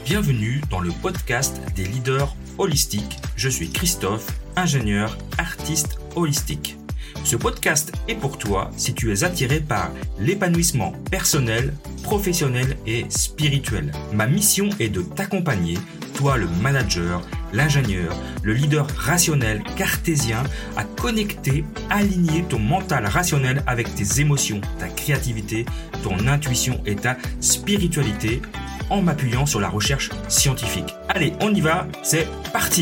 Bienvenue dans le podcast des leaders holistiques. Je suis Christophe, ingénieur, artiste holistique. Ce podcast est pour toi si tu es attiré par l'épanouissement personnel, professionnel et spirituel. Ma mission est de t'accompagner, toi le manager, l'ingénieur, le leader rationnel cartésien, à connecter, aligner ton mental rationnel avec tes émotions, ta créativité, ton intuition et ta spiritualité en m'appuyant sur la recherche scientifique. Allez, on y va, c'est parti!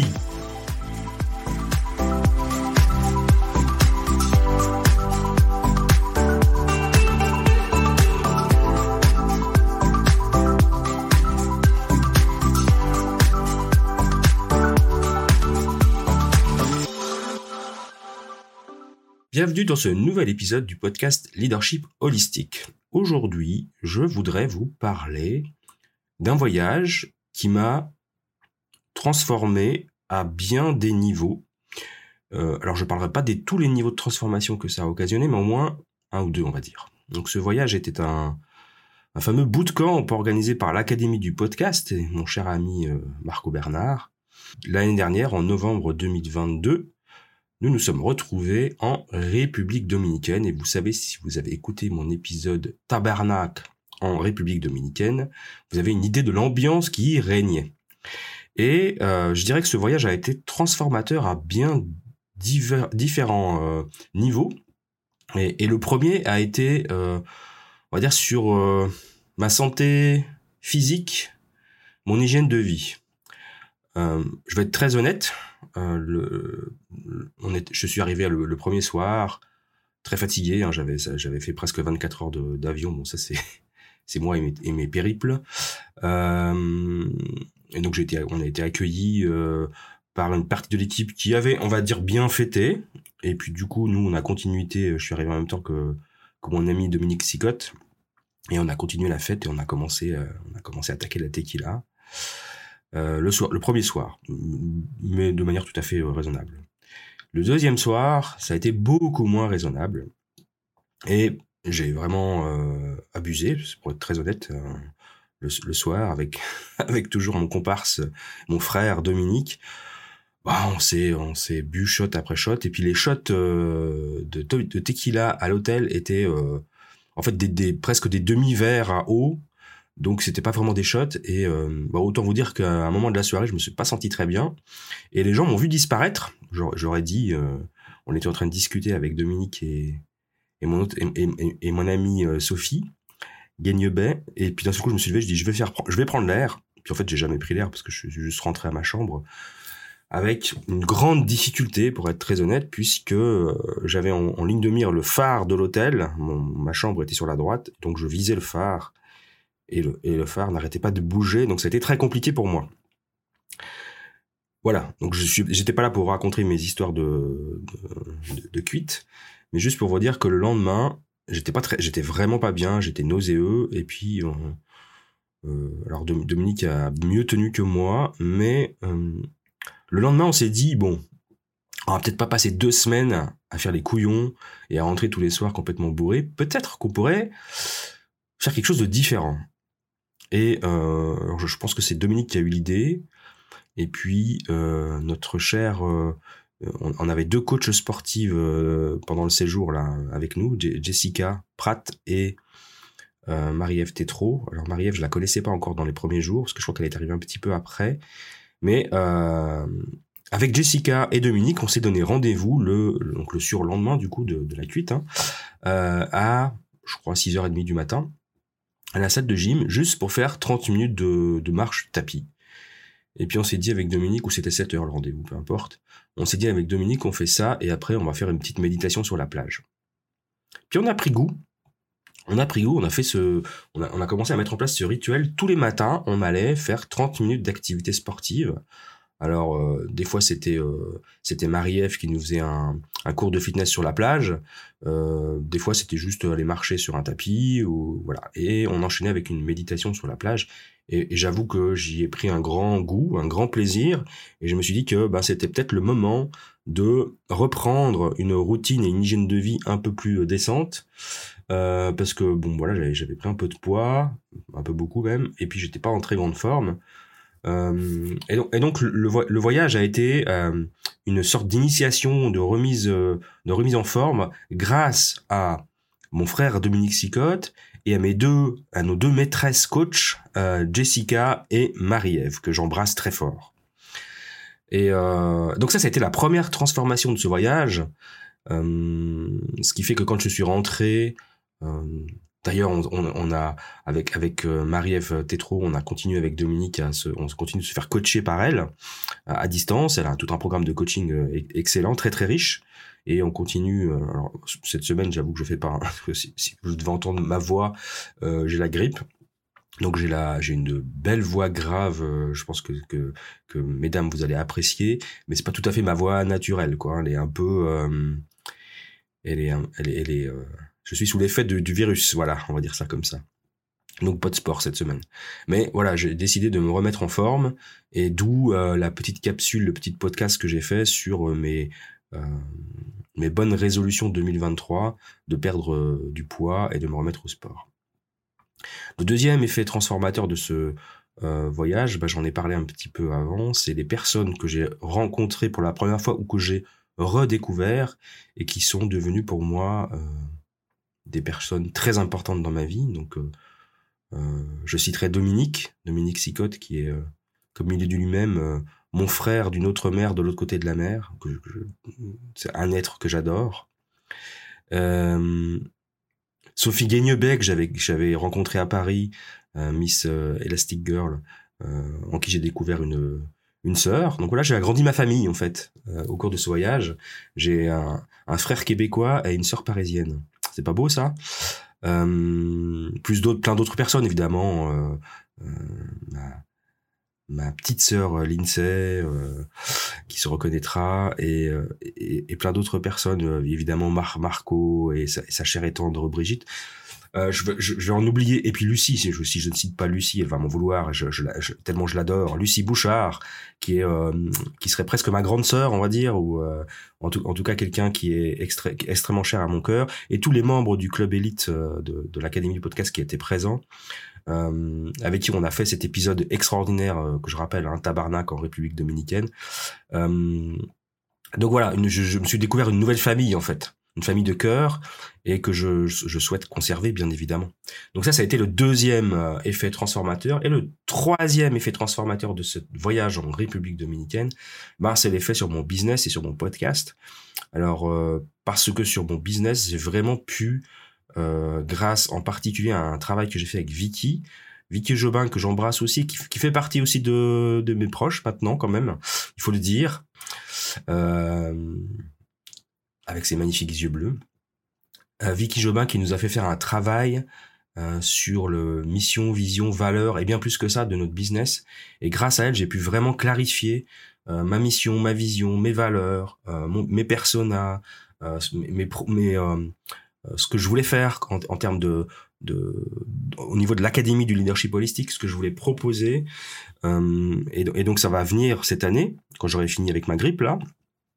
Bienvenue dans ce nouvel épisode du podcast Leadership Holistique. Aujourd'hui, je voudrais vous parler d'un voyage qui m'a transformé à bien des niveaux. Alors, je ne parlerai pas de tous les niveaux de transformation que ça a occasionné, mais au moins un ou deux, on va dire. Donc, ce voyage était un fameux bootcamp organisé par l'Académie du podcast et mon cher ami Marco Bernard. L'année dernière, en novembre 2022, nous nous sommes retrouvés en République dominicaine. Et vous savez, si vous avez écouté mon épisode Tabarnak en République dominicaine, vous avez une idée de l'ambiance qui y régnait. Et je dirais que ce voyage a été transformateur à bien différents niveaux. Et le premier a été, on va dire, sur ma santé physique, mon hygiène de vie. Je vais être très honnête. Je suis arrivé le premier soir, très fatigué. Hein, j'avais fait presque 24 heures d'avion. Bon, ça c'est moi et mes périples. Et donc on a été accueillis par une partie de l'équipe qui avait, on va dire, bien fêté. Et puis du coup, nous, on a continuité. Je suis arrivé en même temps que mon ami Dominique Sicotte. Et on a continué la fête et on a commencé à attaquer la tequila. Le premier soir, mais de manière tout à fait raisonnable. Le deuxième soir, ça a été beaucoup moins raisonnable. Et j'ai vraiment abusé, pour être très honnête, le soir, avec toujours mon comparse, mon frère Dominique. Bah, on s'est bu shot après shot. Et puis les shots de tequila à l'hôtel étaient en fait presque des demi-verres à eau. Donc c'était pas vraiment des shots et autant vous dire qu'à un moment de la soirée je me suis pas senti très bien et les gens m'ont vu disparaître. J'aurais dit, on était en train de discuter avec Dominique et mon amie Sophie Guignebet, et puis d'un seul coup je me suis levé, je dis je vais prendre l'air. Puis en fait j'ai jamais pris l'air parce que je suis juste rentré à ma chambre avec une grande difficulté, pour être très honnête, puisque j'avais en ligne de mire le phare de l'hôtel. Ma chambre était sur la droite, donc je visais le phare. Et le phare n'arrêtait pas de bouger, donc ça a été très compliqué pour moi. Voilà, donc j'étais pas là pour raconter mes histoires de cuite, mais juste pour vous dire que le lendemain, j'étais vraiment pas bien, j'étais nauséeux, et puis alors Dominique a mieux tenu que moi, mais le lendemain on s'est dit bon, on va peut-être pas passer 2 semaines à faire les couillons et à rentrer tous les soirs complètement bourré. Peut-être qu'on pourrait faire quelque chose de différent. Et je pense que c'est Dominique qui a eu l'idée. Et puis notre cher, on avait 2 coachs sportives pendant le séjour là avec nous, Jessica Pratt et Marie-Ève Tétrault. Alors Marie-Ève, je la connaissais pas encore dans les premiers jours parce que je crois qu'elle est arrivée un petit peu après. Mais avec Jessica et Dominique, on s'est donné rendez-vous donc le surlendemain du coup de la cuite, hein, à je crois 6h30 du matin. À la salle de gym, juste pour faire 30 minutes de marche tapis. Et puis on s'est dit avec Dominique, ou c'était 7h le rendez-vous, peu importe, on s'est dit avec Dominique, on fait ça, et après on va faire une petite méditation sur la plage. Puis on a pris goût, on a commencé à mettre en place ce rituel. Tous les matins, on allait faire 30 minutes d'activité sportive. Alors, des fois, c'était Marie-Ève qui nous faisait un cours de fitness sur la plage. Des fois, c'était juste aller marcher sur un tapis, ou voilà. Et on enchaînait avec une méditation sur la plage. Et j'avoue que j'y ai pris un grand goût, un grand plaisir. Et je me suis dit que c'était peut-être le moment de reprendre une routine et une hygiène de vie un peu plus décente. Parce que bon voilà, j'avais pris un peu de poids, un peu beaucoup même, et puis j'étais pas en très grande forme. Et donc le voyage a été une sorte d'initiation, de remise en forme grâce à mon frère Dominique Sicotte et à nos deux maîtresses coach, Jessica et Marie-Ève, que j'embrasse très fort. Et donc ça a été la première transformation de ce voyage, ce qui fait que quand je suis rentré, d'ailleurs on a avec Marie-Ève Tétrault, on a continué avec Dominique on continue de se faire coacher par elle à distance. Elle a tout un programme de coaching excellent, très très riche. Et on continue. Alors, cette semaine, j'avoue que je fais pas. Hein, parce que si vous devez entendre ma voix, j'ai la grippe. Donc j'ai une belle voix grave. Je pense que mesdames vous allez apprécier. Mais c'est pas tout à fait ma voix naturelle, quoi. Elle est un peu. Elle est. Je suis sous l'effet du virus. Voilà, on va dire ça comme ça. Donc pas de sport cette semaine. Mais voilà, j'ai décidé de me remettre en forme et d'où la petite capsule, le petit podcast que j'ai fait sur mes bonnes résolutions 2023 de perdre du poids et de me remettre au sport. Le deuxième effet transformateur de ce voyage, j'en ai parlé un petit peu avant, c'est les personnes que j'ai rencontrées pour la première fois ou que j'ai redécouvert et qui sont devenues pour moi des personnes très importantes dans ma vie. Donc je citerai Dominique Sicotte, qui est, comme il est dit lui-même, mon frère d'une autre mère de l'autre côté de la mer. C'est un être que j'adore. Sophie Guignebet, que j'avais rencontré à Paris, Miss Elastic Girl, en qui j'ai découvert une sœur. Donc voilà, j'ai agrandi ma famille en fait au cours de ce voyage. J'ai un frère québécois et une sœur parisienne. C'est pas beau ça? Plein d'autres personnes évidemment. Ma petite sœur Lindsay, qui se reconnaîtra, et plein d'autres personnes, évidemment Marco et sa chère et tendre Brigitte. Je vais en oublier. Et puis Lucie, si je ne cite pas Lucie, elle va m'en vouloir. Tellement je l'adore. Lucie Bouchard, qui serait presque ma grande sœur, on va dire, ou en tout cas quelqu'un qui est extrêmement cher à mon cœur. Et tous les membres du club élite de l'Académie du podcast qui étaient présents. Avec qui on a fait cet épisode extraordinaire que je rappelle, un tabarnak en République dominicaine. Donc voilà, je me suis découvert une nouvelle famille en fait, une famille de cœur, et que je souhaite conserver bien évidemment. Donc ça a été le deuxième effet transformateur. Et le troisième effet transformateur de ce voyage en République dominicaine, c'est l'effet sur mon business et sur mon podcast. Alors parce que sur mon business, j'ai vraiment pu, grâce en particulier à un travail que j'ai fait avec Vicky Jobin, que j'embrasse aussi, qui fait partie aussi de mes proches maintenant quand même, il faut le dire, avec ses magnifiques yeux bleus. Vicky Jobin qui nous a fait faire un travail sur le mission, vision, valeur et bien plus que ça de notre business. Et grâce à elle, j'ai pu vraiment clarifier ma mission, ma vision, mes valeurs, mes personas, ce que je voulais faire en termes au niveau de l'Académie du leadership holistique, ce que je voulais proposer. Et donc ça va venir cette année, quand j'aurai fini avec ma grippe là.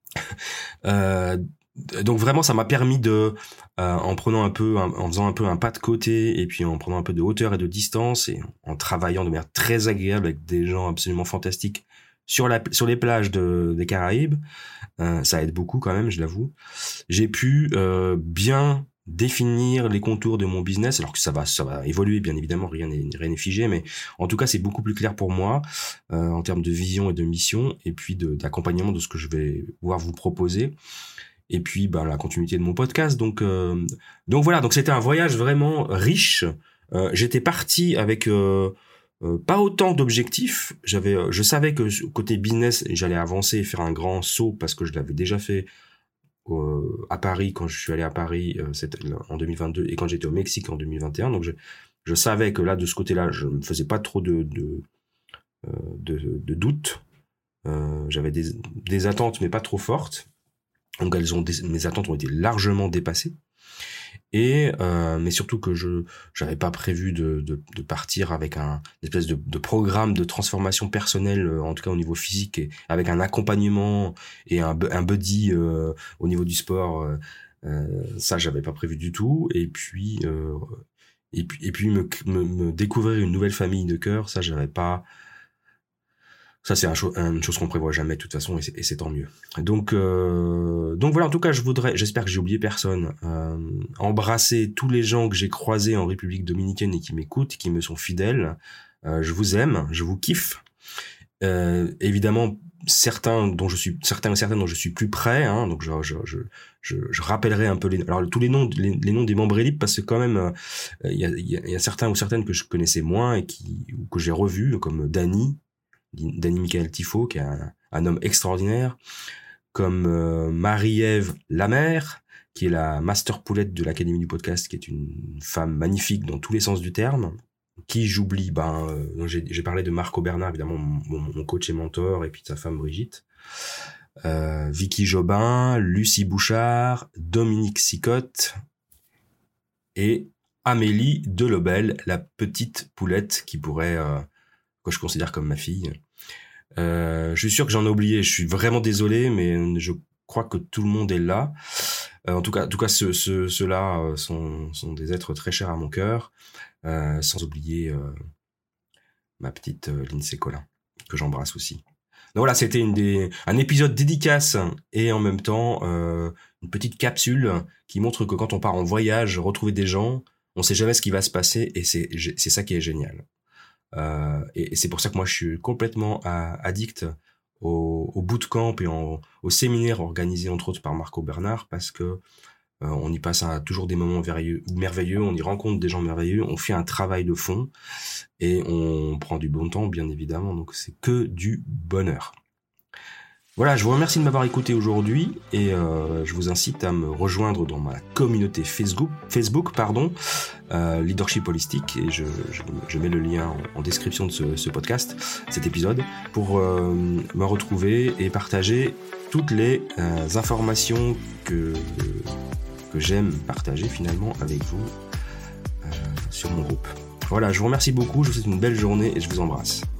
Donc vraiment ça m'a permis en faisant un peu un pas de côté, et puis en prenant un peu de hauteur et de distance, et en travaillant de manière très agréable avec des gens absolument fantastiques sur les plages des Caraïbes. Ça aide beaucoup quand même, je l'avoue. J'ai pu bien définir les contours de mon business, alors que ça va évoluer bien évidemment, rien n'est figé, mais en tout cas c'est beaucoup plus clair pour moi en termes de vision et de mission, et puis d'accompagnement de ce que je vais pouvoir vous proposer, et puis la continuité de mon podcast. Donc voilà, donc c'était un voyage vraiment riche. J'étais parti avec pas autant d'objectifs. Je savais que côté business j'allais avancer et faire un grand saut, parce que je l'avais déjà fait à Paris, quand je suis allé à Paris en 2022, et quand j'étais au Mexique en 2021. Donc je savais que là, de ce côté-là, je me faisais pas trop de doutes. J'avais des attentes, mais pas trop fortes. Donc mes attentes ont été largement dépassées. Mais surtout que j'avais pas prévu de partir avec une espèce de programme de transformation personnelle, en tout cas au niveau physique, et avec un accompagnement et un buddy au niveau du sport. Ça, j'avais pas prévu du tout. Et puis me découvrir une nouvelle famille de cœur, ça, j'avais pas Ça, c'est une chose qu'on prévoit jamais de toute façon, et c'est tant mieux. Donc voilà. En tout cas, j'espère que j'ai oublié personne. Embrasser tous les gens que j'ai croisés en République dominicaine et qui m'écoutent, qui me sont fidèles. Je vous aime, je vous kiffe. Évidemment, certains et certaines dont je suis plus près. Hein, donc je rappellerai un peu tous les noms des membres élites, parce que quand même, il y a certains ou certaines que je connaissais moins ou que j'ai revus, comme Dany Michael Tifo, qui est un homme extraordinaire, comme Marie-Ève Lamère, qui est la master poulette de l'Académie du podcast, qui est une femme magnifique dans tous les sens du terme. Qui j'oublie, j'ai parlé de Marco Bernard, évidemment, mon coach et mentor, et puis de sa femme Brigitte. Vicky Jobin, Lucie Bouchard, Dominique Sicotte et Amélie Delobel, la petite poulette que je considère comme ma fille. Je suis sûr que j'en ai oublié, je suis vraiment désolé, mais je crois que tout le monde est là. En tout cas, ceux-là sont des êtres très chers à mon cœur, sans oublier ma petite Lindsay Collin, que j'embrasse aussi. Donc voilà, c'était un épisode dédicace et en même temps une petite capsule qui montre que quand on part en voyage, retrouver des gens, on sait jamais ce qui va se passer, et c'est ça qui est génial. Et c'est pour ça que moi je suis complètement addict au bootcamp et au séminaire organisé entre autres par Marco Bernard, parce que on y passe toujours des moments merveilleux, on y rencontre des gens merveilleux, on fait un travail de fond et on prend du bon temps, bien évidemment, donc c'est que du bonheur. Voilà, je vous remercie de m'avoir écouté aujourd'hui, et je vous incite à me rejoindre dans ma communauté Facebook, Leadership Holistique, et je mets le lien en description de ce podcast, cet épisode, pour me retrouver et partager toutes les informations que j'aime partager finalement avec vous sur mon groupe. Voilà, je vous remercie beaucoup, je vous souhaite une belle journée et je vous embrasse.